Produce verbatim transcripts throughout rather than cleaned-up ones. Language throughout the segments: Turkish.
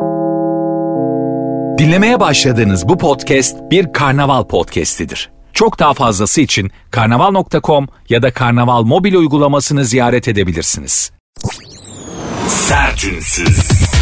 Dinlemeye başladığınız bu podcast bir karnaval podcastidir. Çok daha fazlası için karnaval nokta com ya da karnaval mobil uygulamasını ziyaret edebilirsiniz. Sertünsüz.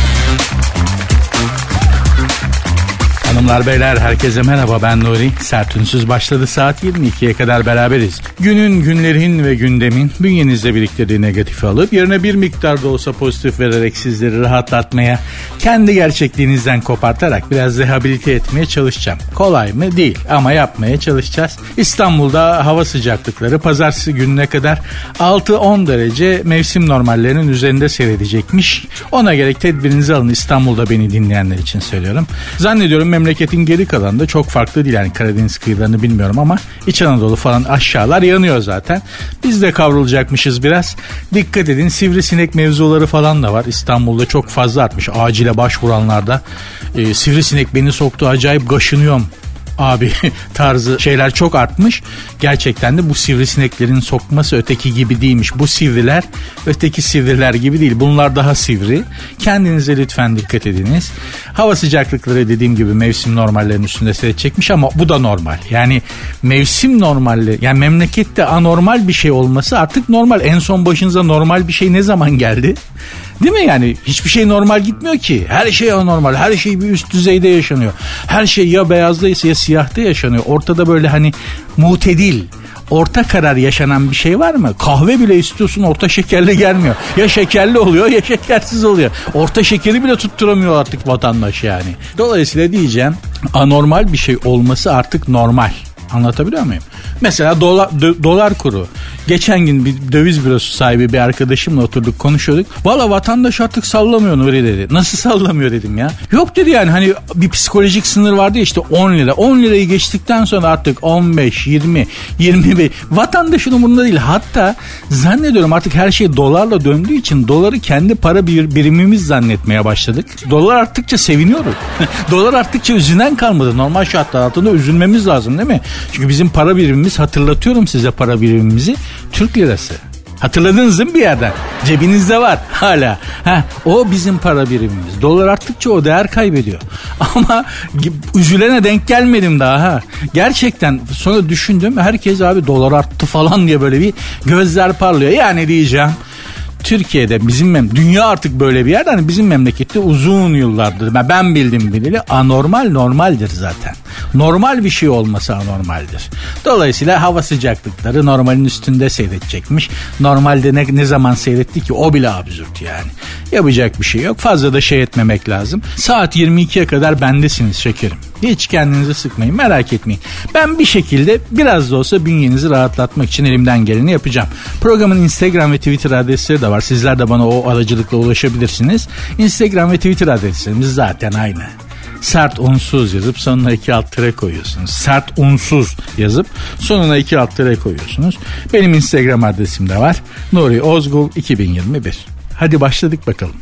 Hanımlar beyler herkese merhaba, ben Nuri. Sertünsüz başladı, saat yirmi ikiye kadar beraberiz. Günün, günlerin ve gündemin bünyenizde biriktirdiği negatifi alıp yerine bir miktar da olsa pozitif vererek sizleri rahatlatmaya, kendi gerçekliğinizden kopartarak biraz rehabilite etmeye çalışacağım. Kolay mı? Değil ama yapmaya çalışacağız. İstanbul'da hava sıcaklıkları pazartesi gününe kadar altı on derece mevsim normallerinin üzerinde seyredecekmiş. Ona gerek tedbirinizi alın, İstanbul'da beni dinleyenler için söylüyorum. Zannediyorum memleketin geri kalanında çok farklı değil, yani Karadeniz kıyılarını bilmiyorum ama İç Anadolu falan aşağılar yanıyor zaten. Biz de kavrulacakmışız biraz. Dikkat edin, sivrisinek mevzuları falan da var. İstanbul'da çok fazla artmış. Acile başvuranlarda e, sivrisinek beni soktu, acayip kaşınıyorum abi tarzı şeyler çok artmış. Gerçekten de bu sivrisineklerin sokması öteki gibi değilmiş. Bu sivriler öteki sivriler gibi değil. Bunlar daha sivri. Kendinize lütfen dikkat ediniz. Hava sıcaklıkları dediğim gibi mevsim normallerinin üstünde seyredecekmiş ama bu da normal. Yani mevsim normalleri, yani memlekette anormal bir şey olması artık normal. En son başınıza normal bir şey ne zaman geldi? Değil mi yani? Hiçbir şey normal gitmiyor ki. Her şey anormal. Her şey bir üst düzeyde yaşanıyor. Her şey ya beyazdaysa ya siyahta yaşanıyor. Ortada böyle hani mutedil, orta karar yaşanan bir şey var mı? Kahve bile istiyorsun, orta şekerli gelmiyor. Ya şekerli oluyor ya şekersiz oluyor. Orta şekeri bile tutturamıyor artık vatandaş yani. Dolayısıyla diyeceğim, anormal bir şey olması artık normal. Anlatabiliyor muyum? Mesela dolar, do, dolar kuru. Geçen gün bir döviz bürosu sahibi bir arkadaşımla oturduk, konuşuyorduk. Valla vatandaş artık sallamıyor Nuri dedi. Nasıl sallamıyor dedim ya. Yok dedi, yani hani bir psikolojik sınır vardı ya, işte on lira. on lirayı geçtikten sonra artık on beş, yirmi, yirmi beş. Vatandaşın umurunda değil. Hatta zannediyorum artık her şey dolarla döndüğü için doları kendi para bir, birimimiz zannetmeye başladık. Dolar arttıkça seviniyoruz. Dolar arttıkça üzülen kalmadı. Normal şartlar altında üzülmemiz lazım değil mi? Çünkü bizim para birimimiz, hatırlatıyorum size para birimimizi, Türk lirası. Hatırladınız değil mi bir yerden? Cebinizde var hala. Heh, o bizim para birimimiz. Dolar arttıkça o değer kaybediyor. Ama üzülene denk gelmedim daha. Ha. Gerçekten sonra düşündüm, herkes abi dolar arttı falan diye böyle bir gözler parlıyor. Yani diyeceğim, Türkiye'de bizim mem dünya artık böyle bir yerde, hani bizim memlekette uzun yıllardır ben, ben bildim bileli anormal normaldir zaten. Normal bir şey olması anormaldir. Dolayısıyla hava sıcaklıkları normalin üstünde seyredecekmiş. Normalde ne, ne zaman seyretti ki, o bile absürt yani. Yapacak bir şey yok. Fazla da şey etmemek lazım. Saat yirmi ikiye kadar bendesiniz şekerim. Hiç kendinizi sıkmayın, merak etmeyin. Ben bir şekilde biraz da olsa bünyenizi rahatlatmak için elimden geleni yapacağım. Programın Instagram ve Twitter adresleri de var. Sizler de bana o aracılıkla ulaşabilirsiniz. Instagram ve Twitter adreslerimiz zaten aynı. Sert unsuz yazıp sonuna iki alt tere koyuyorsunuz. Sert unsuz yazıp sonuna iki alt tere koyuyorsunuz. Benim Instagram adresim de var. Nuri Ozgul iki bin yirmi bir. Hadi başladık bakalım.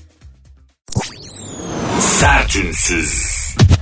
Sertünsüz.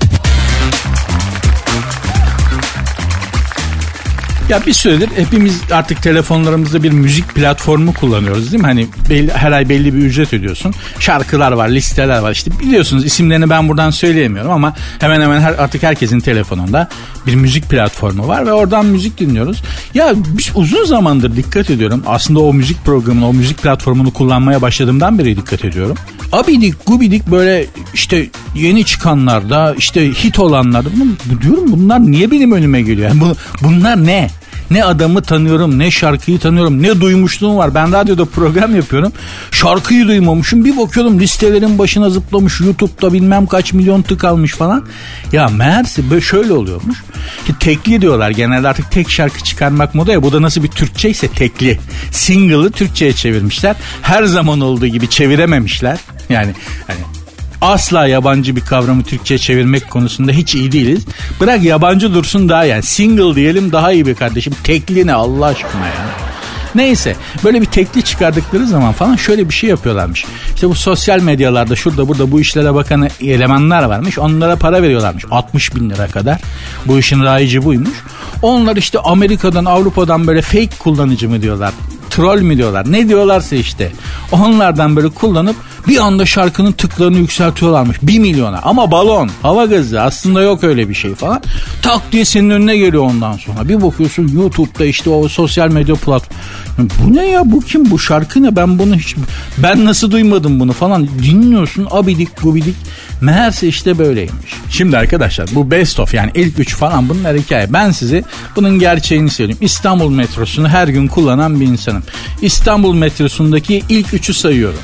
Ya bir süredir hepimiz artık telefonlarımızda bir müzik platformu kullanıyoruz değil mi? Hani belli, her ay belli bir ücret ödüyorsun. Şarkılar var, listeler var. İşte biliyorsunuz, isimlerini ben buradan söyleyemiyorum ama hemen hemen her, artık herkesin telefonunda bir müzik platformu var ve oradan müzik dinliyoruz. Ya uzun zamandır dikkat ediyorum. Aslında o müzik programını, o müzik platformunu kullanmaya başladığımdan beri dikkat ediyorum. Abidik gubidik böyle işte yeni çıkanlarda, işte hit olanlarda, bunu diyorum, bunlar niye benim önüme geliyor? Yani bu, bunlar ne? Ne adamı tanıyorum, ne şarkıyı tanıyorum, ne duymuşluğum var. Ben radyoda program yapıyorum. Şarkıyı duymamışım. Bir bakıyorum listelerin başına zıplamış. YouTube'da bilmem kaç milyon tık almış falan. Ya meğerse böyle şöyle oluyormuş. Ki tekli diyorlar. Genelde artık tek şarkı çıkarmak moda ya. Bu da nasıl bir Türkçe ise tekli. Single'ı Türkçe'ye çevirmişler. Her zaman olduğu gibi çevirememişler. Yani hani asla yabancı bir kavramı Türkçe'ye çevirmek konusunda hiç iyi değiliz. Bırak yabancı dursun daha, yani single diyelim daha iyi bir kardeşim. Tekli ne Allah aşkına ya. Neyse, böyle bir tekli çıkardıkları zaman falan şöyle bir şey yapıyorlarmış. İşte bu sosyal medyalarda şurada burada bu işlere bakan elemanlar varmış. Onlara para veriyorlarmış. altmış bin lira kadar. Bu işin rayici buymuş. Onlar işte Amerika'dan, Avrupa'dan böyle fake kullanıcı mı diyorlar, troll mü diyorlar, ne diyorlarsa işte onlardan böyle kullanıp Bir anda şarkının tıklarını yükseltiyorlarmış bir milyona. Ama balon, hava gazı, aslında yok öyle bir şey falan. Tak diye senin önüne geliyor ondan sonra. Bir bakıyorsun YouTube'da işte o sosyal medya platformu. Bu ne ya, bu kim, bu şarkı ne, ben bunu hiç, ben nasıl duymadım bunu falan dinliyorsun, abidik gubidik. Meğerse işte böyleymiş. Şimdi arkadaşlar bu best of, yani ilk üç falan bunlar hikaye. Ben size bunun gerçeğini söyleyeyim. İstanbul metrosunu her gün kullanan bir insanım. İstanbul metrosundaki ilk üçü sayıyorum.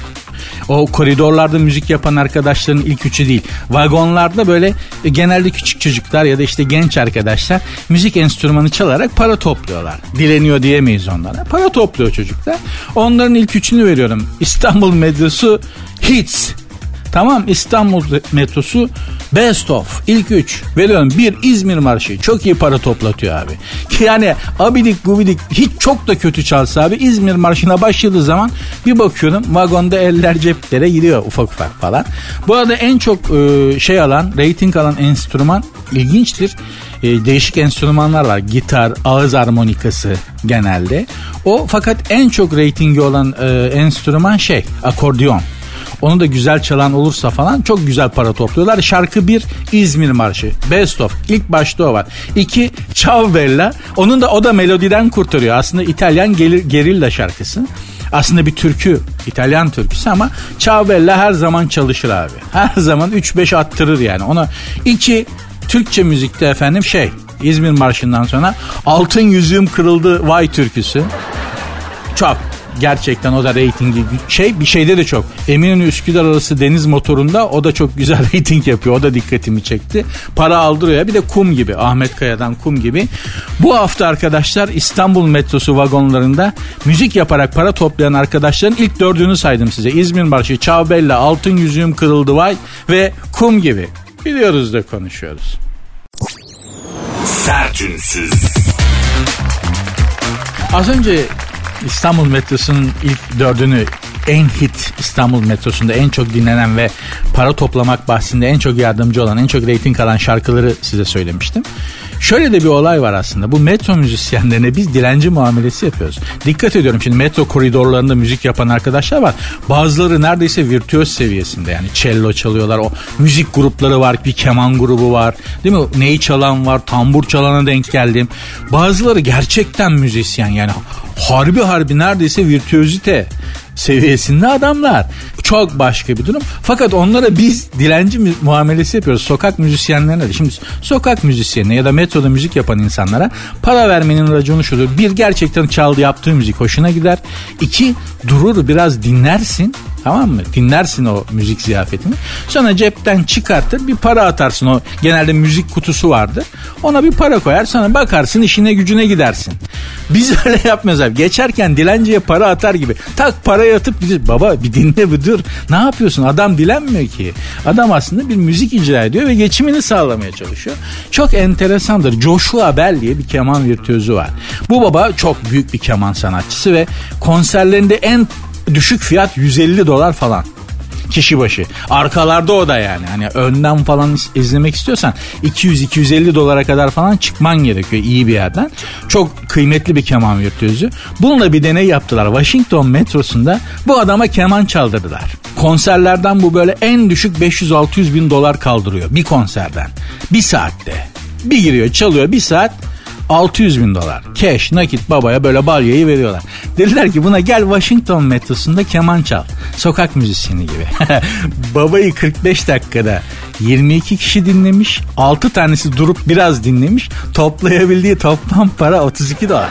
O koridorlarda müzik yapan arkadaşların ilk üçü değil. Vagonlarda böyle genelde küçük çocuklar ya da işte genç arkadaşlar müzik enstrümanı çalarak para topluyorlar. Dileniyor diyemeyiz onlara. Para topluyor çocuklar. Onların ilk üçünü veriyorum. İstanbul metrosu hits. Tamam, İstanbul metrosu best of ilk üç veriyorum. Bir, İzmir Marşı çok iyi para toplatıyor abi. Yani abidik gubidik hiç çok da kötü çalsa abi, İzmir Marşı'na başladığı zaman bir bakıyorum vagonda eller ceplere giriyor ufak ufak falan. Bu arada en çok e, şey alan, rating alan enstrüman ilginçtir. E, değişik enstrümanlar var. Gitar, ağız harmonikası genelde. O fakat en çok ratingi olan e, enstrüman şey akordeon. Onu da güzel çalan olursa falan çok güzel para topluyorlar. Şarkı bir, İzmir Marşı. Best of. İlk başta o var. İki, Ciao Bella. Onun da, o da melodiden kurtarıyor. Aslında İtalyan gerilla şarkısı. Aslında bir türkü. İtalyan türküsü ama Ciao Bella her zaman çalışır abi. Her zaman üç beş attırır yani. Ona iki, Türkçe müzikte efendim şey, İzmir Marşı'ndan sonra Altın Yüzüğüm Kırıldı Vay türküsü. Çok. Gerçekten o da reytingi şey, bir şeyde de çok. Eminönü Üsküdar arası deniz motorunda o da çok güzel reyting yapıyor. O da dikkatimi çekti. Para aldırıyor. Bir de Kum gibi. Ahmet Kaya'dan Kum gibi. Bu hafta arkadaşlar İstanbul metrosu vagonlarında müzik yaparak para toplayan arkadaşların ilk dördünü saydım size. İzmir Marşı, Ciao Bella, Altın Yüzüğüm Kırıldı Vay ve Kum gibi. Biliyoruz da konuşuyoruz. Sertünsüz. Az önce İstanbul metrosunun ilk dördünü, en hit İstanbul metrosunda en çok dinlenen ve para toplamak bahsinde en çok yardımcı olan, en çok reyting alan şarkıları size söylemiştim. Şöyle de bir olay var aslında. Bu metro müzisyenlerine biz dilenci muamelesi yapıyoruz. Dikkat ediyorum, şimdi metro koridorlarında müzik yapan arkadaşlar var. Bazıları neredeyse virtüöz seviyesinde, yani cello çalıyorlar. O müzik grupları var, bir keman grubu var. Değil mi? Ney çalan var, tambur çalana denk geldim. Bazıları gerçekten müzisyen, yani harbi harbi neredeyse virtüözite seviyesinde adamlar. Çok başka bir durum. Fakat onlara biz dilenci muamelesi yapıyoruz. Sokak müzisyenlerine de. Şimdi sokak müzisyenine ya da metroda müzik yapan insanlara para vermenin raconu şudur. Bir, gerçekten çaldığı yaptığı müzik hoşuna gider. İki, durur biraz dinlersin. Tamam mı? Dinlersin o müzik ziyafetini. Sonra cepten çıkartır bir para atarsın. O genelde müzik kutusu vardır. Ona bir para koyar, sonra bakarsın işine gücüne gidersin. Biz öyle yapmıyoruz abi. Geçerken dilenciye para atar gibi. Tak parayı atıp gidiyor. Baba bir dinle bir dur. Ne yapıyorsun? Adam dilenmiyor ki. Adam aslında bir müzik icra ediyor ve geçimini sağlamaya çalışıyor. Çok enteresandır. Joshua Bell diye bir keman virtüözü var. Bu baba çok büyük bir keman sanatçısı ve konserlerinde en düşük fiyat yüz elli dolar falan. Kişi başı. Arkalarda o da yani. Hani önden falan izlemek istiyorsan iki yüz iki yüz elli dolara kadar falan çıkman gerekiyor iyi bir yerden. Çok kıymetli bir keman virtüözü. Bununla bir deney yaptılar. Washington metrosunda bu adama keman çaldırdılar. Konserlerden bu böyle en düşük beş yüz altı yüz bin dolar kaldırıyor. Bir konserden. Bir saatte. Bir giriyor çalıyor bir saat. altı yüz bin dolar. Cash, nakit babaya böyle balyayı veriyorlar. Dediler ki buna gel Washington metrosunda keman çal. Sokak müzisyeni gibi. Babayı kırk beş dakikada yirmi iki kişi dinlemiş. altı tanesi durup biraz dinlemiş. Toplayabildiği toplam para otuz iki dolar.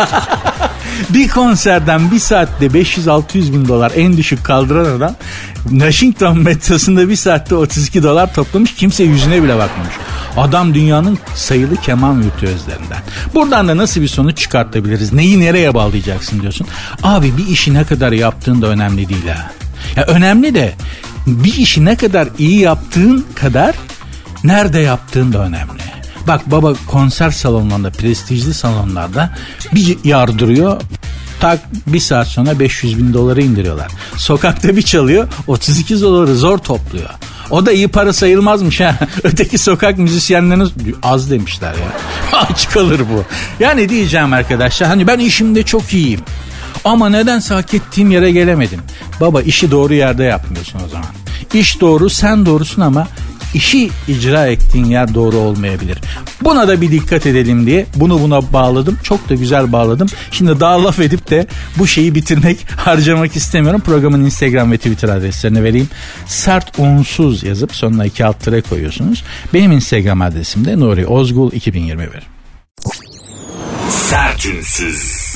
Bir konserden bir saatte beş yüz altı yüz bin dolar en düşük kaldıran adam Washington metrosunda bir saatte otuz iki dolar toplamış, kimse yüzüne bile bakmamış. Adam dünyanın sayılı keman virtüözlerinden. Buradan da nasıl bir sonuç çıkartabiliriz? Neyi nereye bağlayacaksın diyorsun. Abi bir işi ne kadar yaptığın da önemli değil ha. Ya önemli de bir işi ne kadar iyi yaptığın kadar nerede yaptığın da önemli. Bak baba konser salonlarında, prestijli salonlarda bir yardırıyor. Tak bir saat sonra beş yüz bin doları indiriyorlar. Sokakta bir çalıyor, otuz iki doları zor topluyor. O da iyi para sayılmazmış ha. Öteki sokak müzisyenlerine az demişler ya. Aç kalır bu. Yani diyeceğim arkadaşlar, hani ben işimde çok iyiyim. Ama nedense hak ettiğim yere gelemedim. Baba işi doğru yerde yapmıyorsun o zaman. İş doğru, sen doğrusun ama işi icra ettiğin yer doğru olmayabilir. Buna da bir dikkat edelim diye bunu buna bağladım. Çok da güzel bağladım. Şimdi daha laf edip de bu şeyi bitirmek, harcamak istemiyorum. Programın Instagram ve Twitter adreslerini vereyim. Sert unsuz yazıp sonuna iki alt tere koyuyorsunuz. Benim Instagram adresim de Nuri Ozgul iki bin yirmi bir. Sertünsüz.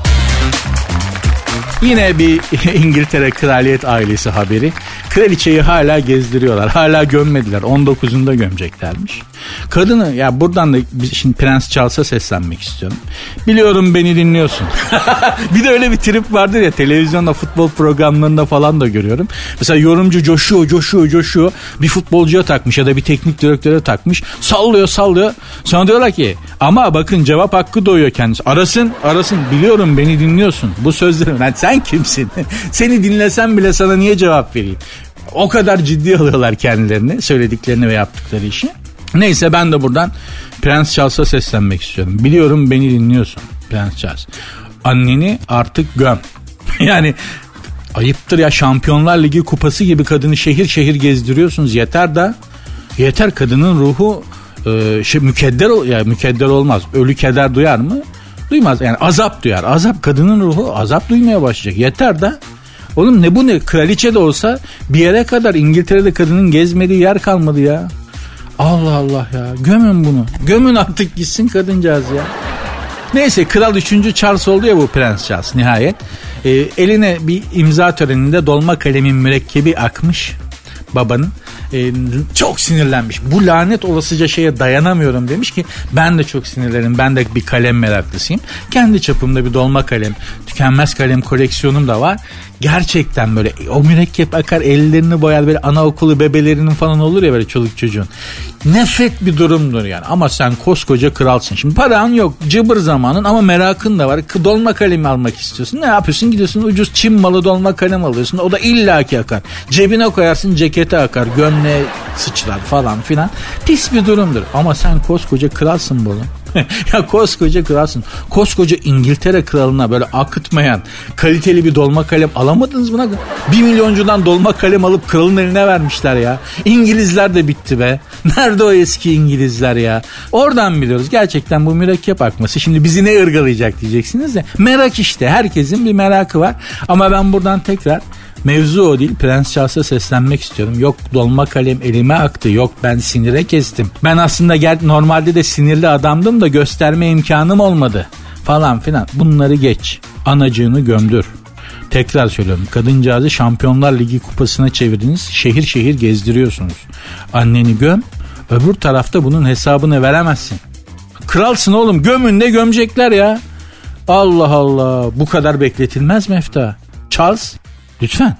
Yine bir İngiltere kraliyet ailesi haberi. Kraliçeyi hala gezdiriyorlar. Hala gömmediler. on dokuzunda gömeceklermiş. Kadını ya buradan da şimdi Prens Charles'a seslenmek istiyorum. Biliyorum beni dinliyorsun. Bir de öyle bir trip vardır ya, televizyonda futbol programlarında falan da görüyorum. Mesela yorumcu coşuyor coşuyor coşuyor. Bir futbolcuya takmış ya da bir teknik direktöre takmış. Sallıyor sallıyor. Sonra diyorlar ki ama bakın cevap hakkı doğuyor kendisi. Arasın arasın biliyorum beni dinliyorsun. Bu sözlerim. Yani sen kimsin? Seni dinlesem bile sana niye cevap vereyim? O kadar ciddi alıyorlar kendilerini, söylediklerini ve yaptıkları işi. Neyse ben de buradan Prens Charles'a seslenmek istiyorum. Biliyorum beni dinliyorsun Prens Charles. Anneni artık göm. Yani ayıptır ya, Şampiyonlar Ligi kupası gibi kadını şehir şehir gezdiriyorsunuz. Yeter da yeter, kadının ruhu e, şey, mükedder, ya mükedder olmaz. Ölü keder duyar mı? Duymaz. Yani azap duyar. Azap, kadının ruhu azap duymaya başlayacak. Yeter da. Oğlum ne bu ne? Kraliçe de olsa bir yere kadar İngiltere'de kadının gezmediği yer kalmadı ya. Allah Allah ya. Gömün bunu. Gömün artık gitsin kadıncağız ya. Neyse, Kral üçüncü Charles oldu ya bu Prens Charles nihayet. E, eline bir imza töreninde dolma kalemin mürekkebi akmış babanın. Ee, çok sinirlenmiş. Bu lanet olasıca şeye dayanamıyorum demiş ki ben de çok sinirlerim. Ben de bir kalem meraklısıyım. Kendi çapımda bir dolma kalem, tükenmez kalem koleksiyonum da var. Gerçekten böyle o mürekkep akar, ellerini boyar, böyle anaokulu bebelerinin falan olur ya böyle çoluk çocuğun. Nefret bir durumdur yani. Ama sen koskoca kralsın. Şimdi paran yok, cıbır zamanın ama merakın da var. Dolma kalemi almak istiyorsun. Ne yapıyorsun? Gidiyorsun ucuz Çin malı dolma kalem alıyorsun. O da illaki akar. Cebine koyarsın, cekete akar. Gömleğe sıçrar falan filan. Pis bir durumdur. Ama sen koskoca kralsın bu. Ya koskoca kralsın. Koskoca İngiltere kralına böyle akıtmayan kaliteli bir dolma kalem alamadınız mı? Bir milyoncudan dolma kalem alıp kralın eline vermişler ya. İngilizler de bitti be. Nerede o eski İngilizler ya? Oradan biliyoruz. Gerçekten bu mürekkep akması şimdi bizi ne ırgalayacak diyeceksiniz de. Merak işte. Herkesin bir merakı var. Ama ben buradan tekrar, mevzu o değil, Prens Charles'a seslenmek istiyorum. Yok dolma kalem elime aktı. Yok ben sinire kestim. Ben aslında gel normalde de sinirli adamdım da gösterme imkanım olmadı. Falan filan. Bunları geç. Anacığını gömdür. Tekrar söylüyorum. Kadıncağızı Şampiyonlar Ligi kupasına çevirdiniz. Şehir şehir gezdiriyorsunuz. Anneni göm. Öbür tarafta bunun hesabını veremezsin. Kralsın oğlum. Gömün de gömecekler ya. Allah Allah. Bu kadar bekletilmez Mefta. Charles, lütfen.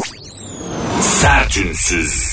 Sertünsüz.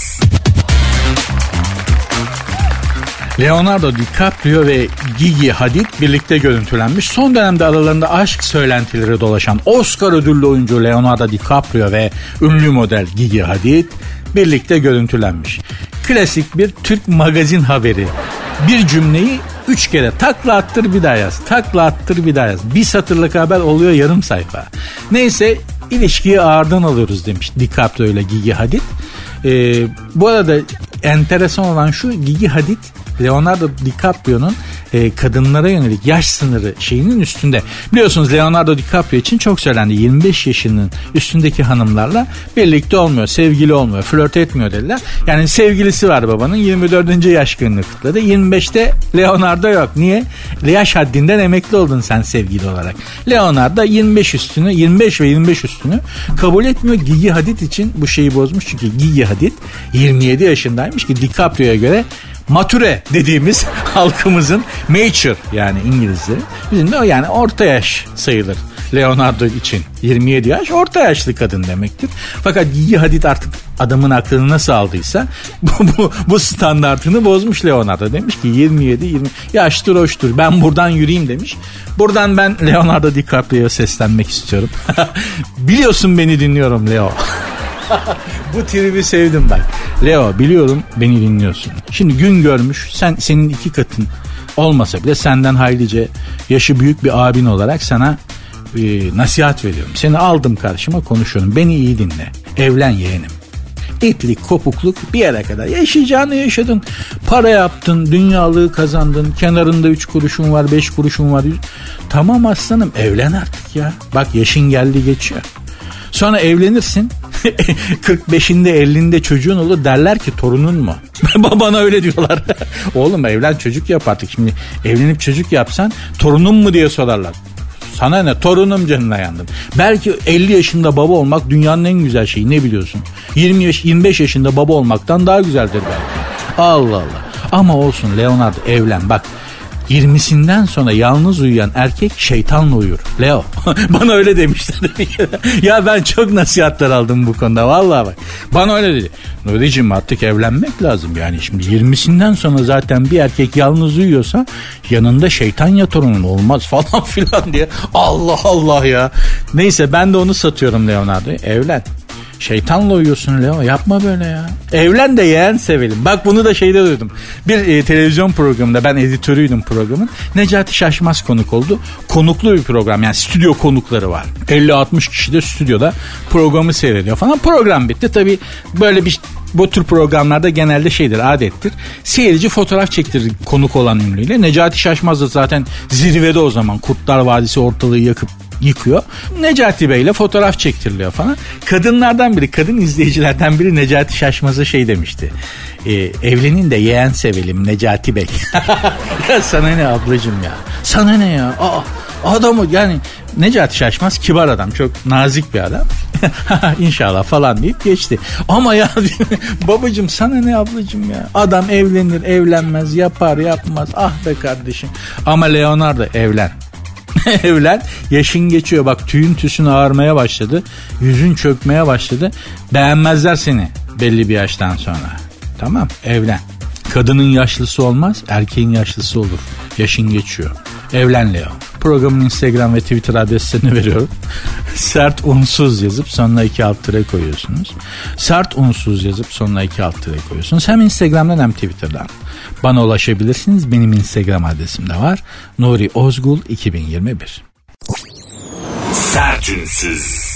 Leonardo DiCaprio ve Gigi Hadid birlikte görüntülenmiş. Son dönemde aralarında aşk söylentileri dolaşan Oscar ödüllü oyuncu Leonardo DiCaprio ve ünlü model Gigi Hadid birlikte görüntülenmiş. Klasik bir Türk magazin haberi. Bir cümleyi üç kere takla attır bir daha yaz. Takla attır bir daha yaz. Bir satırlık haber oluyor yarım sayfa. Neyse, ilişkiyi ağırdan alıyoruz demiş DiCaprio ile Gigi Hadid. Ee, bu arada enteresan olan şu, Gigi Hadid Leonardo DiCaprio'nun e, kadınlara yönelik yaş sınırı şeyinin üstünde. Biliyorsunuz Leonardo DiCaprio için çok söylendi. yirmi beş yaşının üstündeki hanımlarla birlikte olmuyor, sevgili olmuyor, flört etmiyor dediler. Yani sevgilisi var babanın, yirmi dördüncü yaş gününü kutladı. yirmi beşte Leonardo yok. Niye? Yaş haddinden emekli oldun sen sevgili olarak. Leonardo yirmi beş üstünü, yirmi beş ve yirmi beş üstünü kabul etmiyor. Gigi Hadid için bu şeyi bozmuş. Çünkü Gigi Hadid yirmi yedi yaşındaymış ki DiCaprio'ya göre mature dediğimiz halkımızın mature yani İngilizleri. Bizim de o yani orta yaş sayılır. Leonardo için yirmi yedi yaş orta yaşlı kadın demektir. Fakat Gigi Hadid artık adamın aklını nasıl aldıysa bu, bu, bu standartını bozmuş Leonardo. Demiş ki yirmi yedi yirmi yaştır hoştur, ben buradan yürüyeyim demiş. Buradan ben Leonardo DiCaprio'ya seslenmek istiyorum. Biliyorsun beni dinliyorum Leo. Bu tribi sevdim ben. Leo, biliyorum beni dinliyorsun. Şimdi gün görmüş, sen senin iki katın olmasa bile senden haylice yaşı büyük bir abin olarak sana e, nasihat veriyorum. Seni aldım karşıma, konuşuyorum. Beni iyi dinle. Evlen yeğenim. İtlik, kopukluk bir yere kadar. Yaşayacağını yaşadın. Para yaptın, dünyalığı kazandın. Kenarında üç kuruşun var, beş kuruşun var. Tamam aslanım, evlen artık ya. Bak yaşın geldi geçiyor. Sonra evlenirsin. kırk beşinde ellinde çocuğun olur, derler ki torunun mu? Bana öyle diyorlar. Oğlum evlen, çocuk yap artık. Şimdi evlenip çocuk yapsan torunun mu diye sorarlar. Sana ne, torunum, canına yandım. Belki elli yaşında baba olmak dünyanın en güzel şeyi, ne biliyorsun? yirmi yaş, yirmi beş yaşında baba olmaktan daha güzeldir belki. Allah Allah. Ama olsun Leonardo, evlen. Bak, yirmisinden sonra yalnız uyuyan erkek şeytanla uyur. Leo. Bana öyle demişler. Ya ben çok nasihatler aldım bu konuda. Vallahi bak. Bana öyle dedi. Nuri'cim artık evlenmek lazım. Yani şimdi yirmisinden sonra zaten bir erkek yalnız uyuyorsa yanında şeytan ya torunun olmaz falan filan diye. Allah Allah ya. Neyse, ben de onu satıyorum Leonardo'ya. Evlen. Şeytanla uyuyorsun Leo, yapma böyle ya. Evlen de yeğen sevelim. Bak bunu da şeyde duydum. Bir e, televizyon programında, ben editörüydüm programın. Necati Şaşmaz konuk oldu. Konuklu bir program, yani stüdyo konukları var. elli altmış kişi de stüdyoda programı seyrediyor falan. Program bitti. Tabii böyle bir, bu tür programlarda genelde şeydir, adettir. Seyirci fotoğraf çektirir konuk olan ünlüyle. Necati Şaşmaz da zaten zirvede o zaman. Kurtlar Vadisi ortalığı yakıp yıkıyor. Necati Bey'le fotoğraf çektiriliyor falan. Kadınlardan biri, kadın izleyicilerden biri Necati Şaşmaz'a şey demişti. E, evlenin de yeğen sevelim Necati Bey. Ya sana ne ablacığım ya? Sana ne ya? Aa, adamı yani, Necati Şaşmaz kibar adam, çok nazik bir adam. İnşallah falan deyip geçti. Ama ya babacığım sana ne ablacığım ya? Adam evlenir, evlenmez, yapar, yapmaz. Ah be kardeşim. Ama Leonardo, evlen. Evlen, yaşın geçiyor, bak tüyün tüsün ağarmaya başladı, yüzün çökmeye başladı, beğenmezler seni belli bir yaştan sonra. Tamam, evlen. Kadının yaşlısı olmaz, erkeğin yaşlısı olur. Yaşın geçiyor. Evlen Leo. Programın Instagram ve Twitter adreslerini veriyorum. Sert unsuz yazıp sonuna iki alt tire koyuyorsunuz. Sert unsuz yazıp sonuna iki alt tire koyuyorsunuz. Hem Instagram'dan hem Twitter'dan bana ulaşabilirsiniz. Benim Instagram adresim de var. Nuri Ozgul iki bin yirmi bir. Sertünsüz.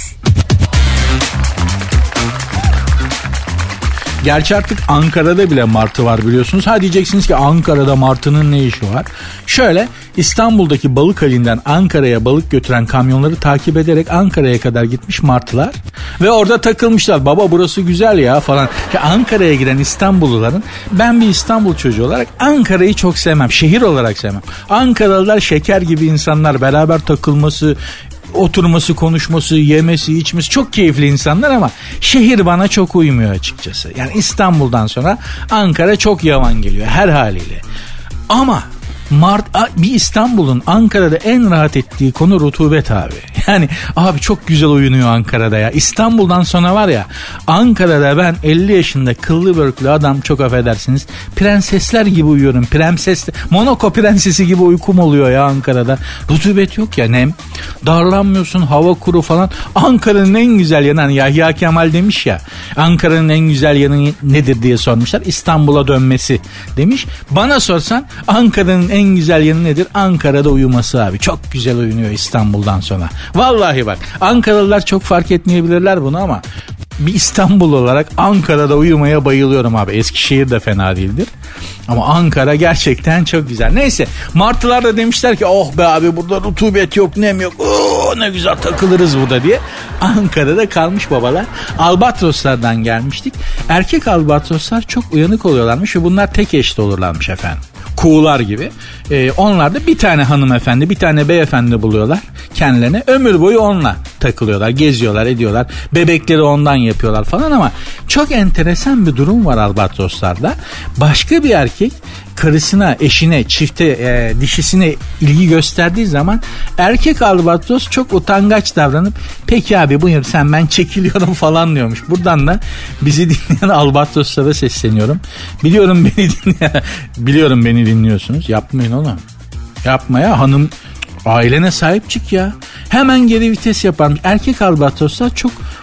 Gerçi artık Ankara'da bile martı var biliyorsunuz. Ha diyeceksiniz ki Ankara'da martının ne işi var? Şöyle, İstanbul'daki balık halinden Ankara'ya balık götüren kamyonları takip ederek Ankara'ya kadar gitmiş martılar. Ve orada takılmışlar. Baba burası güzel ya falan. Ya Ankara'ya giden İstanbulluların, ben bir İstanbul çocuğu olarak Ankara'yı çok sevmem. Şehir olarak sevmem. Ankaralılar şeker gibi insanlar, beraber takılması, oturması, konuşması, yemesi, içmesi çok keyifli insanlar ama şehir bana çok uymuyor açıkçası. Yani İstanbul'dan sonra Ankara çok yavan geliyor her haliyle. Ama Mart, bir İstanbul'un Ankara'da en rahat ettiği konu rutubet abi. Yani abi çok güzel uyunuyor Ankara'da ya. İstanbul'dan sonra var ya, Ankara'da ben elli yaşında kıllı börklü adam, çok affedersiniz, prensesler gibi uyuyorum. Prenses, Monaco prensesi gibi uykum oluyor ya Ankara'da. Rutubet yok ya, nem. Darlanmıyorsun, hava kuru falan. Ankara'nın en güzel yanı, hani Yahya Kemal demiş ya, Ankara'nın en güzel yanı nedir diye sormuşlar. İstanbul'a dönmesi demiş. Bana sorsan Ankara'nın en güzel yanı nedir? Ankara'da uyuması abi. Çok güzel uyunuyor İstanbul'dan sonra. Vallahi bak, Ankaralılar çok fark etmeyebilirler bunu ama bir İstanbul olarak Ankara'da uyumaya bayılıyorum abi. Eskişehir de fena değildir. Ama Ankara gerçekten çok güzel. Neyse, martılar da demişler ki oh be abi, burada rutubet yok, nem yok. Oo, ne güzel takılırız burada diye. Ankara'da kalmış babalar. Albatroslardan gelmiştik. Erkek albatroslar çok uyanık oluyorlarmış ve bunlar tek eşli olurlarmış efendim. Kuğular gibi. Ee, onlar da bir tane hanımefendi, bir tane beyefendi buluyorlar kendilerine. Ömür boyu onunla takılıyorlar, geziyorlar, ediyorlar. Bebekleri ondan yapıyorlar falan ama çok enteresan bir durum var albatroslarda. Başka bir erkek karısına, eşine, çifte, e, dişisine ilgi gösterdiği zaman erkek albatros çok utangaç davranıp peki abi buyur sen, ben çekiliyorum falan diyormuş. Buradan da bizi dinleyen albatroslara sesleniyorum. Biliyorum beni dinleyen, biliyorum beni dinliyorsunuz. Yapmayın oğlum. Yapma ya hanım. Ailene sahip çık ya. Hemen geri vites yaparmış. Erkek albatroslar çok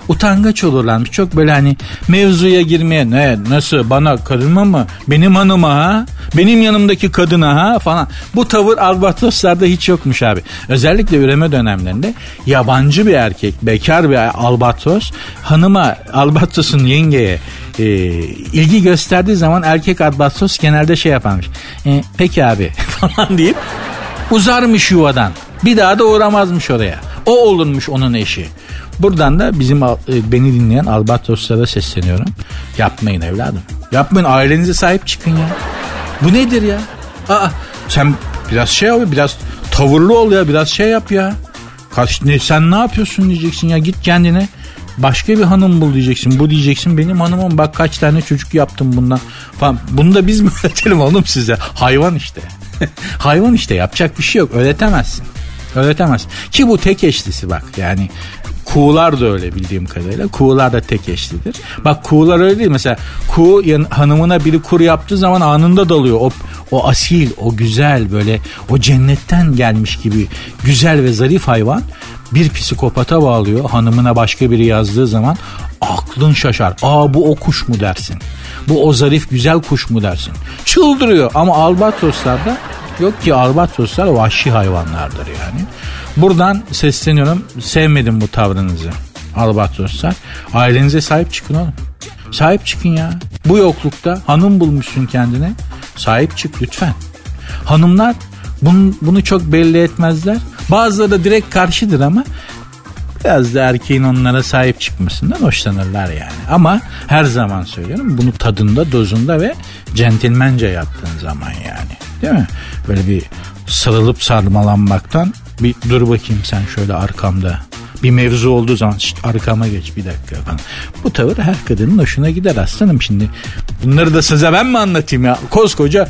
Utangaç olurlarmış. Çok böyle hani mevzuya girmeye, ne nasıl, bana, karıma mı, benim hanıma ha, benim yanımdaki kadına ha falan. Bu tavır albatroslarda hiç yokmuş abi. Özellikle üreme dönemlerinde yabancı bir erkek, bekar bir albatros hanıma, albatrosun yengeye e, ilgi gösterdiği zaman erkek albatros genelde şey yaparmış. E, peki abi falan deyip uzarmış yuvadan. Bir daha da uğramazmış oraya. O olurmuş onun eşi. Buradan da bizim beni dinleyen albatroslara sesleniyorum. Yapmayın evladım. Yapmayın, ailenize sahip çıkın ya. Bu nedir ya? Aa, sen biraz şey ol, biraz tavırlı ol ya, biraz şey yap ya. Kaç, ne, sen ne yapıyorsun diyeceksin ya, git kendine. Başka bir hanım bul diyeceksin. Bu diyeceksin benim hanımım, bak kaç tane çocuk yaptım bundan falan. Bunu da biz mi öğretelim oğlum size? Hayvan işte. Hayvan işte, yapacak bir şey yok. Öğretemezsin. Öğretemezsin. Ki bu tek eşlisi bak yani. Kuğular da öyle bildiğim kadarıyla. Kuğular da tek eşlidir. Bak kuğular öyle değil. Mesela kuğu hanımına biri kur yaptığı zaman anında dalıyor. O, o asil, o güzel, böyle o cennetten gelmiş gibi güzel ve zarif hayvan bir psikopata bağlıyor. Hanımına başka biri yazdığı zaman aklın şaşar. Aa, bu o kuş mu dersin? Bu o zarif güzel kuş mu dersin? Çıldırıyor. Ama albatroslarda yok ki, albatroslar vahşi hayvanlardır yani. Buradan sesleniyorum, sevmedim bu tavrınızı albatroslar. Ailenize sahip çıkın oğlum. Sahip çıkın ya. Bu yoklukta hanım bulmuşsun kendine. Sahip çık lütfen. Hanımlar bunu, bunu çok belli etmezler. Bazıları da direkt karşıdır ama biraz da erkeğin onlara sahip çıkmasından hoşlanırlar yani. Ama her zaman söylüyorum, bunu tadında, dozunda ve centilmence yaptığın zaman yani. Değil mi? Böyle bir sarılıp sarmalanmaktan, bir dur bakayım sen şöyle arkamda. Bir mevzu olduğu zaman şişt, arkama geç bir dakika falan. Bu tavır her kadının hoşuna gider aslanım. Şimdi bunları da size ben mi anlatayım ya? Koskoca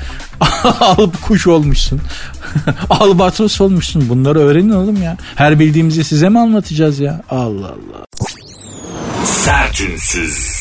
alıp kuş olmuşsun. Albatros olmuşsun. Bunları öğrenin oğlum ya. Her bildiğimizi size mi anlatacağız ya? Allah Allah. Sertünsüz.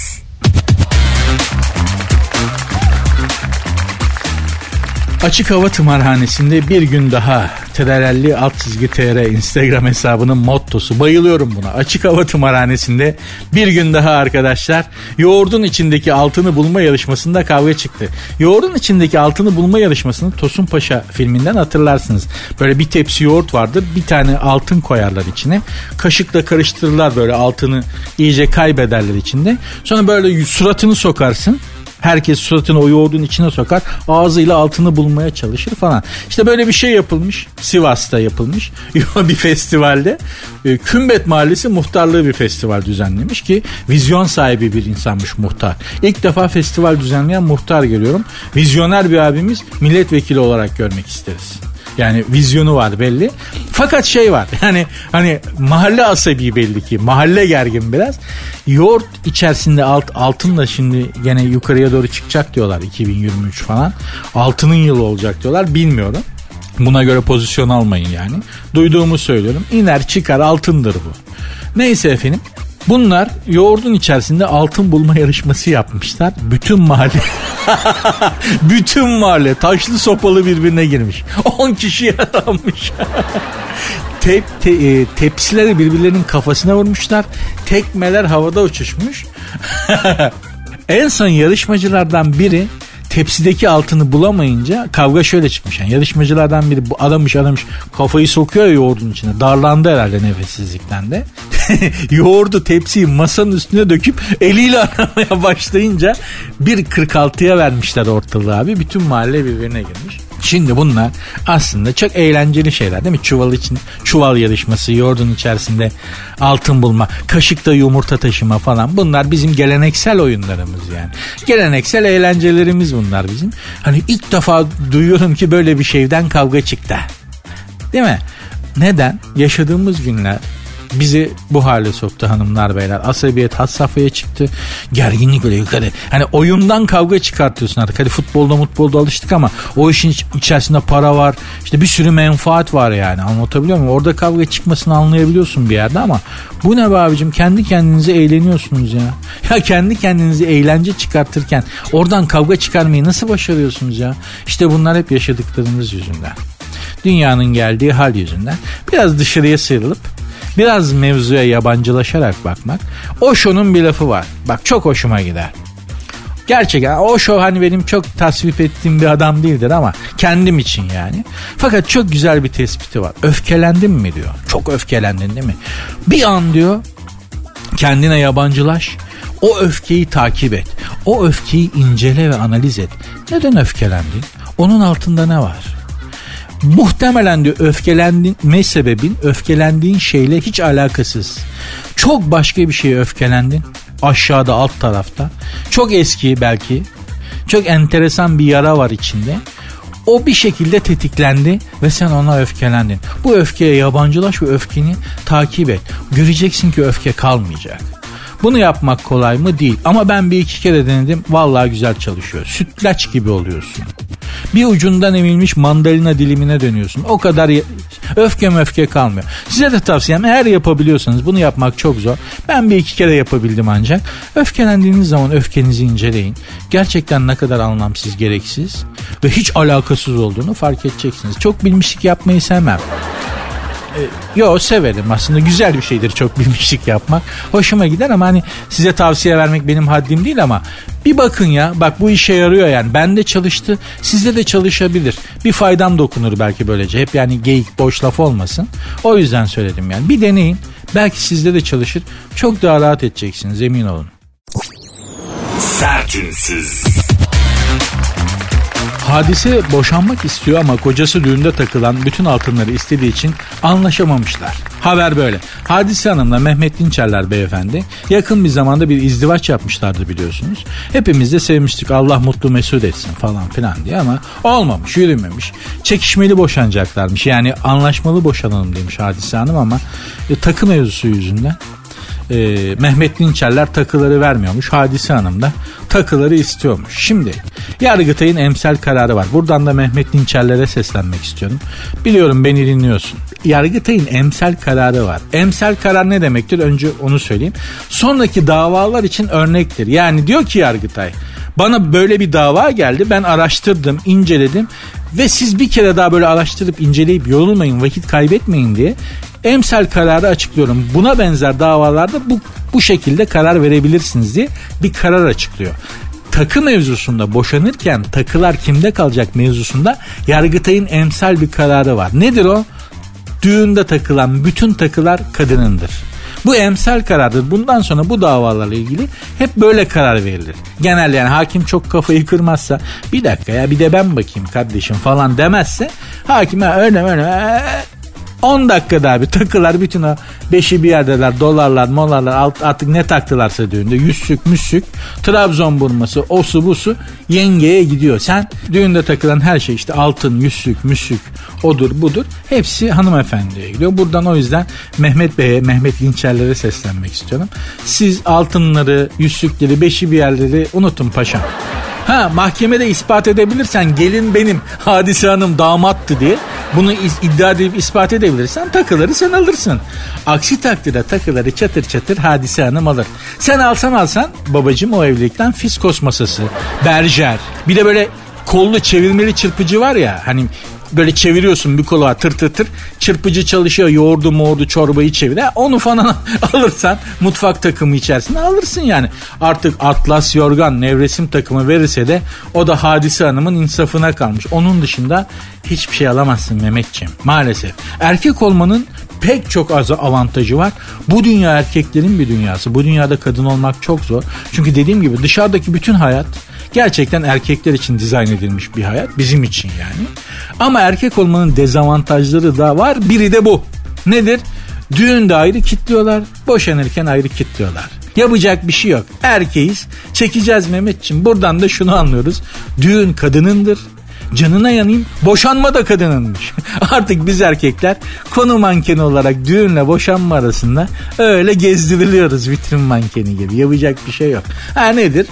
Açık Hava Tımarhanesi'nde bir gün daha Terelelli alt çizgi tr Instagram hesabının mottosu. Bayılıyorum buna. Açık Hava Tımarhanesi'nde bir gün daha arkadaşlar, yoğurdun içindeki altını bulma yarışmasında kavga çıktı. Yoğurdun içindeki altını bulma yarışmasını Tosun Paşa filminden hatırlarsınız. Böyle bir tepsi yoğurt vardır. Bir tane altın koyarlar içine. Kaşıkla karıştırırlar, böyle altını iyice kaybederler içinde. Sonra böyle suratını sokarsın. Herkes suratını o yoğurdun içine sokar. Ağzıyla altını bulmaya çalışır falan. İşte böyle bir şey yapılmış. Sivas'ta yapılmış. Bir festivalde. Kümbet Mahallesi muhtarlığı bir festival düzenlemiş ki vizyon sahibi bir insanmış muhtar. İlk defa festival düzenleyen muhtar görüyorum. Vizyoner bir abimiz, milletvekili olarak görmek isteriz. Yani vizyonu var belli. Fakat şey var. Yani hani mahalle asabi belli ki. Mahalle gergin biraz. Yoğurt içerisinde alt, altınla şimdi gene yukarıya doğru çıkacak diyorlar iki bin yirmi üç falan. Altının yılı olacak diyorlar. Bilmiyorum. Buna göre pozisyon almayın yani. Duyduğumu söylüyorum. İner çıkar altındır bu. Neyse efendim. Bunlar yoğurdun içerisinde altın bulma yarışması yapmışlar. Bütün mahalle bütün mahalle taşlı sopalı birbirine girmiş. on kişi yaralanmış. Tep, te, e, tepsileri birbirlerinin kafasına vurmuşlar. Tekmeler havada uçuşmuş. En son yarışmacılardan biri tepsideki altını bulamayınca kavga şöyle çıkmış. Yani yarışmacılardan biri bu adamış adamış kafayı sokuyor ya yoğurdun içine. Darlandı herhalde nefessizlikten de. Yoğurdu, tepsiyi masanın üstüne döküp eliyle aramaya başlayınca bir kırk altıya vermişler ortalığı abi. Bütün mahalle birbirine girmiş. Şimdi bunlar aslında çok eğlenceli şeyler değil mi? Çuval için çuval yarışması, yoğurdun içerisinde altın bulma, kaşıkta yumurta taşıma falan. Bunlar bizim geleneksel oyunlarımız yani. Geleneksel eğlencelerimiz bunlar bizim. Hani ilk defa duyuyorum ki böyle bir şeyden kavga çıktı. Değil mi? Neden? Yaşadığımız günler bizi bu hale soktu hanımlar beyler. Asabiyet had safhaya çıktı. Gerginlik böyle yukarı. Hani oyundan kavga çıkartıyorsun artık. Hadi futbolda mutbolda alıştık ama o işin içerisinde para var. İşte bir sürü menfaat var yani. Anlatabiliyor muyum? Orada kavga çıkmasını anlayabiliyorsun bir yerde ama bu ne be abicim? Kendi kendinize eğleniyorsunuz ya. Ya kendi kendinize eğlence çıkartırken oradan kavga çıkarmayı nasıl başarıyorsunuz ya? İşte bunlar hep yaşadıklarımız yüzünden. Dünyanın geldiği hal yüzünden. Biraz dışarıya sıyrılıp biraz mevzuya yabancılaşarak bakmak. Osho'nun bir lafı var. Bak çok hoşuma gider. Gerçekten Osho hani benim çok tasvip ettiğim bir adam değildir ama kendim için yani. Fakat çok güzel bir tespiti var. Öfkelendin mi diyor. Çok öfkelendin değil mi? Bir an diyor kendine yabancılaş. O öfkeyi takip et. O öfkeyi incele ve analiz et. Neden öfkelendin? Onun altında ne var? Muhtemelen diyor öfkelenme sebebin öfkelendiğin şeyle hiç alakasız. Çok başka bir şeye öfkelendin. Aşağıda alt tarafta. Çok eski belki. Çok enteresan bir yara var içinde. O bir şekilde tetiklendi ve sen ona öfkelendin. Bu öfkeye yabancılaş ve öfkeni takip et. Göreceksin ki öfke kalmayacak. Bunu yapmak kolay mı? Değil. Ama ben bir iki kere denedim. Vallahi güzel çalışıyor. Sütlaç gibi oluyorsun. Bir ucundan emilmiş mandalina dilimine dönüyorsun. O kadar ye- öfke möfke kalmıyor. Size de tavsiyem eğer yapabiliyorsanız bunu yapmak çok zor. Ben bir iki kere yapabildim ancak. Öfkelendiğiniz zaman öfkenizi inceleyin. Gerçekten ne kadar anlamsız, gereksiz ve hiç alakasız olduğunu fark edeceksiniz. Çok bilmişlik yapmayı sevmem. Yo severim aslında, güzel bir şeydir çok bilmişlik yapmak, hoşuma gider ama hani size tavsiye vermek benim haddim değil ama bir bakın ya, bak bu işe yarıyor yani, bende çalıştı, sizde de çalışabilir, bir faydam dokunur belki böylece, hep yani geyik boş laf olmasın, o yüzden söyledim yani, bir deneyin, belki sizde de çalışır, çok daha rahat edeceksiniz, emin olun. Sertünsüz. Hadise boşanmak istiyor ama kocası düğünde takılan bütün altınları istediği için anlaşamamışlar. Haber böyle. Hadise Hanım'la Mehmet Dinçerler beyefendi yakın bir zamanda bir izdivaç yapmışlardı biliyorsunuz. Hepimiz de sevmiştik, Allah mutlu mesut etsin falan filan diye ama olmamış, yürümemiş. Çekişmeli boşanacaklarmış, yani anlaşmalı boşanalım demiş Hadise Hanım ama e, takı mevzusu yüzünden. Ee, Mehmet Dinçerler takıları vermiyormuş. Hadise Hanım da takıları istiyormuş. Şimdi Yargıtay'ın emsal kararı var. Buradan da Mehmet Dinçerler'e seslenmek istiyorum. Biliyorum beni dinliyorsun. Yargıtay'ın emsal kararı var. Emsal karar ne demektir? Önce onu söyleyeyim. Sonraki davalar için örnektir. Yani diyor ki Yargıtay, bana böyle bir dava geldi. Ben araştırdım, inceledim ve siz bir kere daha böyle araştırıp inceleyip yorulmayın, vakit kaybetmeyin diye emsal kararı açıklıyorum. Buna benzer davalarda bu bu şekilde karar verebilirsiniz diye bir karar açıklıyor. Takı mevzusunda boşanırken takılar kimde kalacak mevzusunda Yargıtay'ın emsal bir kararı var. Nedir o? Düğünde takılan bütün takılar kadınındır. Bu emsal karardır. Bundan sonra bu davalarla ilgili hep böyle karar verilir. Genelde yani hakim çok kafayı kırmazsa, bir dakika ya bir de ben bakayım kardeşim falan demezse, hakim öyle öyle on dakikada abi takılar bütün o beşi bir yerdeler, dolarlar molarlar, artık ne taktılarsa düğünde, yüzsük müssük, Trabzon burması, osu busu yengeye gidiyor. Sen düğünde takılan her şey işte altın, yüzsük müssük, odur budur, hepsi hanımefendiye gidiyor. Buradan o yüzden Mehmet Bey'e, Mehmet Dinçerler'e seslenmek istiyorum. Siz altınları, yüzsükleri, beşi bir yerleri unutun paşam. Ha, mahkemede ispat edebilirsen gelin benim, Hadise Hanım damattı diye bunu iddia edip ispat edebilirsen takıları sen alırsın. Aksi takdirde takıları çatır çatır Hadise Hanım alır. Sen alsan alsan babacığım o evlilikten fiskos masası, berjer, bir de böyle kollu çevirmeli çırpıcı var ya, hani böyle çeviriyorsun bir kolu var, tır tır tır çırpıcı çalışıyor, yoğurdu moğurdu çorbayı çevir, ha, onu falan alırsan mutfak takımı içerisinde alırsın yani. Artık atlas yorgan nevresim takımı verirse de o da Hadise Hanım'ın insafına kalmış. Onun dışında hiçbir şey alamazsın Mehmetciğim maalesef. Erkek olmanın pek çok az avantajı var. Bu dünya erkeklerin bir dünyası. Bu dünyada kadın olmak çok zor. Çünkü dediğim gibi dışarıdaki bütün hayat gerçekten erkekler için dizayn edilmiş bir hayat. Bizim için yani. Ama erkek olmanın dezavantajları da var. Biri de bu. Nedir? Düğünde ayrı kilitliyorlar. Boşanırken ayrı kilitliyorlar. Yapacak bir şey yok. Erkeğiz. Çekeceğiz Mehmetciğim. Buradan da şunu anlıyoruz. Düğün kadınındır. Canına yanayım, boşanma da kadınınmış. Artık biz erkekler konu mankeni olarak düğünle boşanma arasında öyle gezdiriliyoruz vitrin mankeni gibi. Yapacak bir şey yok. Ha nedir?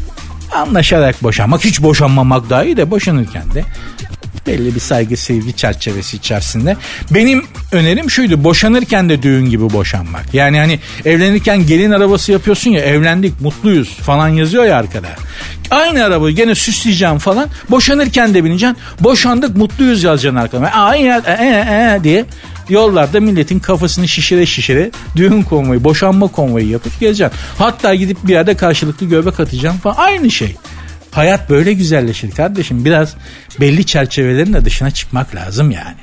Anlaşarak boşanmak, hiç boşanmamak daha iyi de boşanırken de belli bir saygı sevgi çerçevesi içerisinde. Benim önerim şuydu, boşanırken de düğün gibi boşanmak. Yani hani evlenirken gelin arabası yapıyorsun ya, evlendik mutluyuz falan yazıyor ya arkada. Aynı arabayı gene süsleyeceğim falan, boşanırken de bineceksin, boşandık mutluyuz yazacaksın arkada. Aa, e, e, e, diye yollarda milletin kafasını şişire şişire düğün konvoyu, boşanma konvoyu yapıp gezeceksin. Hatta gidip bir yerde karşılıklı göbek atacaksın falan. Aynı şey. Hayat böyle güzelleşir kardeşim. Biraz belli çerçevelerin de dışına çıkmak lazım yani.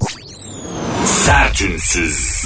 Sertünsüz.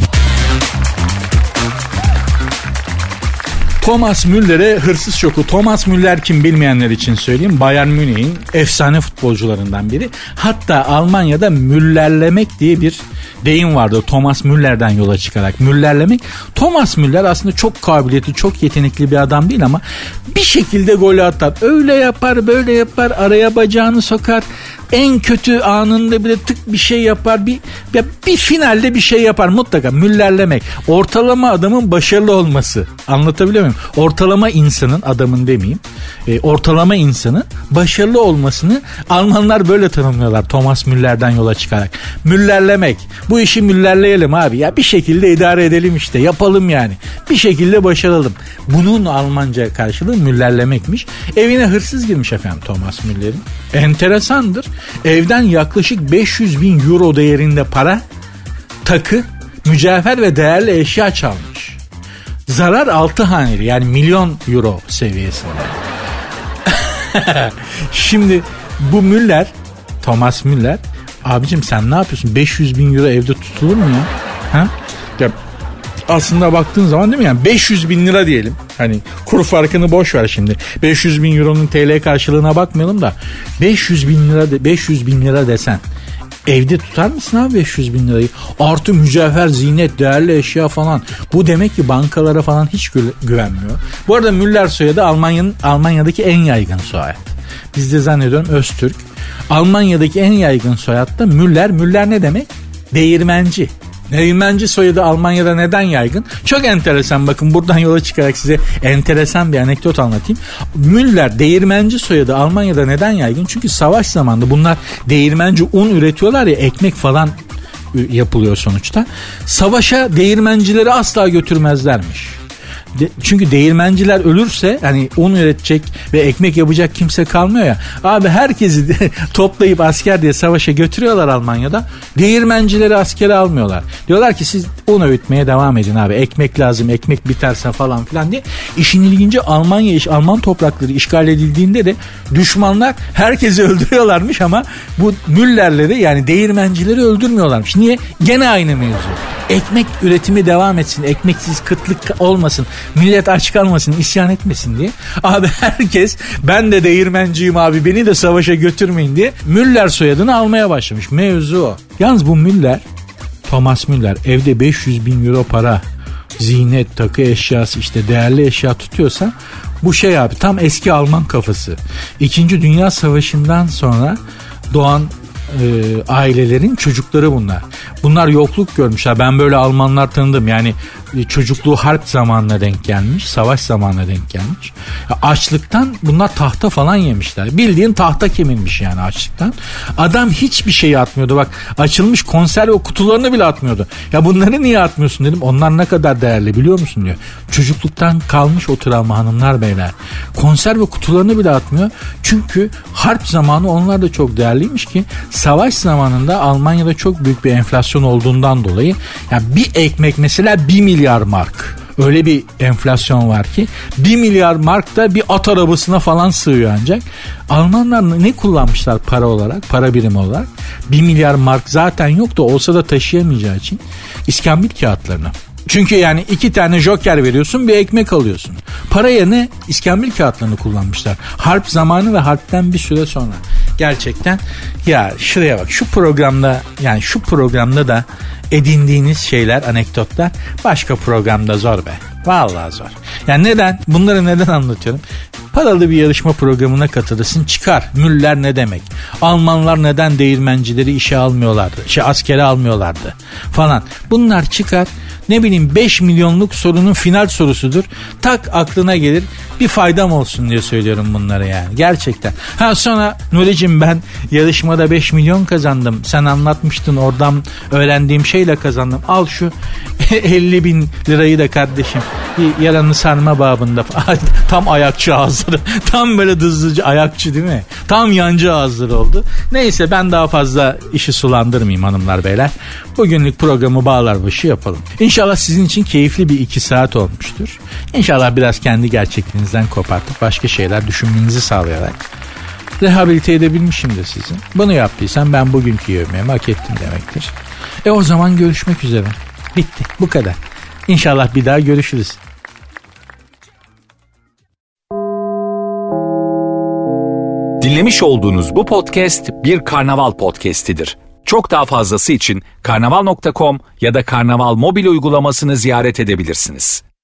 Thomas Müller'e hırsız şoku. Thomas Müller kim bilmeyenler için söyleyeyim. Bayern Münih'in efsane futbolcularından biri. Hatta Almanya'da müllerlemek diye bir deyim vardı. Thomas Müller'den yola çıkarak. Müllerlemek. Thomas Müller aslında çok kabiliyetli, çok yetenekli bir adam değil ama bir şekilde golü atar. Öyle yapar, böyle yapar, araya bacağını sokar. En kötü anında bile tık bir şey yapar. Bir, bir, bir finalde bir şey yapar mutlaka. Müllerlemek. Ortalama adamın başarılı olması. Anlatabiliyor muyum? Ortalama insanın, adamın demeyeyim. E, ortalama insanın başarılı olmasını Almanlar böyle tanımlıyorlar. Thomas Müller'den yola çıkarak. Müllerlemek. Bu işi müllerleyelim abi. Ya bir şekilde idare edelim işte. Yapalım yani. Bir şekilde başaralım. Bunun Almanca karşılığı müllerlemekmiş. Evine hırsız girmiş efendim Thomas Müller'in. Enteresandır. Evden yaklaşık beş yüz bin euro değerinde para, takı, mücevher ve değerli eşya çalmış. Zarar altı haneli, yani milyon euro seviyesinde. Şimdi bu Müller, Thomas Müller, abicim sen ne yapıyorsun? beş yüz bin euro evde tutulur mu ya? Ha? Ya aslında baktığın zaman değil mi yani beş yüz bin lira diyelim. Hani kur farkını boş ver şimdi. beş yüz bin euronun T L karşılığına bakmayalım da beş yüz bin lira de, beş yüz bin lira desen evde tutar mısın abi beş yüz bin lirayı? Artı mücevher, ziynet, değerli eşya falan. Bu demek ki bankalara falan hiç gü- güvenmiyor. Bu arada Müller soyadı Almanya'nın Almanya'daki en yaygın soyad. Bizde zannediyorum Öztürk. Almanya'daki en yaygın soyad da Müller. Müller ne demek? Değirmenci. Değirmenci soyadı Almanya'da neden yaygın? Çok enteresan, bakın buradan yola çıkarak size enteresan bir anekdot anlatayım. Müller değirmenci soyadı Almanya'da neden yaygın? Çünkü savaş zamanında bunlar değirmenci un üretiyorlar ya, ekmek falan yapılıyor sonuçta. Savaşa değirmencileri asla götürmezlermiş. De, çünkü değirmenciler ölürse hani un üretecek ve ekmek yapacak kimse kalmıyor ya. Abi herkesi de toplayıp asker diye savaşa götürüyorlar Almanya'da. Değirmencileri askere almıyorlar. Diyorlar ki siz un öğütmeye devam edin abi. Ekmek lazım, ekmek biterse falan filan diye. İşin ilginci Almanya, Alman toprakları işgal edildiğinde de düşmanlar herkesi öldürüyorlarmış ama bu Müllerleri, yani değirmencileri öldürmüyorlarmış. Niye? Gene aynı mevzu. Ekmek üretimi devam etsin, ekmeksiz kıtlık olmasın, millet aç kalmasın, isyan etmesin diye. Abi herkes ben de değirmenciyim abi, beni de savaşa götürmeyin diye Müller soyadını almaya başlamış. Mevzu o. Yalnız bu Müller, Thomas Müller evde beş yüz bin euro para, ziynet, takı eşyası, işte değerli eşya tutuyorsa bu şey abi tam eski Alman kafası. İkinci Dünya Savaşı'ndan sonra doğan e, ailelerin çocukları bunlar. Bunlar yokluk görmüşler. Ben böyle Almanlar tanıdım. Yani e, çocukluğu harp zamanına denk gelmiş. Savaş zamanına denk gelmiş. Ya, açlıktan bunlar tahta falan yemişler. Bildiğin tahta kemirmiş yani açlıktan. Adam hiçbir şey atmıyordu. Bak açılmış konserve kutularını bile atmıyordu. Ya bunları niye atmıyorsun dedim. Onlar ne kadar değerli biliyor musun diyor. Çocukluktan kalmış o travma hanımlar beyler. Konserve kutularını bile atmıyor. Çünkü harp zamanı onlar da çok değerliymiş ki savaş zamanında Almanya'da çok büyük bir enflasyon olduğundan dolayı ya bir ekmek mesela bir milyar mark. Öyle bir enflasyon var ki bir milyar mark da bir at arabasına falan sığıyor ancak. Almanlar ne kullanmışlar para olarak, para birimi olarak? bir milyar mark zaten yok da olsa da taşıyamayacağı için iskambil kağıtlarını. Çünkü yani iki tane joker veriyorsun, bir ekmek alıyorsun. Para yerine iskambil kağıtlarını kullanmışlar. Harp zamanı ve harpten bir süre sonra. Gerçekten ya şuraya bak, şu programda yani şu programda da edindiğiniz şeyler, anekdotlar başka programda zor be. Vallahi zor. Yani neden? Bunları neden anlatıyorum? Paralı bir yarışma programına katılırsın, çıkar. Müller ne demek? Almanlar neden değirmencileri işe almıyorlardı? Şey askere almıyorlardı falan. Bunlar çıkar. Ne bileyim beş milyonluk sorunun final sorusudur. Tak aklına gelir. Bir faydam olsun diye söylüyorum bunları yani. Gerçekten. Ha sonra Nuri'cim ben yarışmada beş milyon kazandım. Sen anlatmıştın, oradan öğrendiğim şeyle kazandım. Al şu elli bin lirayı da kardeşim. Bir yalanı sarma babında. Tam ayakçı ağızları. Tam böyle hızlıcı ayakçı değil mi? Tam yancı ağızları oldu. Neyse ben daha fazla işi sulandırmayayım hanımlar beyler. Bugünlük programı bağlar başı yapalım. İnşallah sizin için keyifli bir iki saat olmuştur. İnşallah biraz kendi gerçekliğinizden kopartıp başka şeyler düşünmenizi sağlayarak rehabilite edebilmişimdir sizin. Bunu yaptıysam ben bugünkü yemeğimi hak ettim demektir. E o zaman görüşmek üzere. Bitti, bu kadar. İnşallah bir daha görüşürüz. Dinlemiş olduğunuz bu podcast bir Karnaval podcastidir. Çok daha fazlası için karnaval nokta com ya da Karnaval mobil uygulamasını ziyaret edebilirsiniz.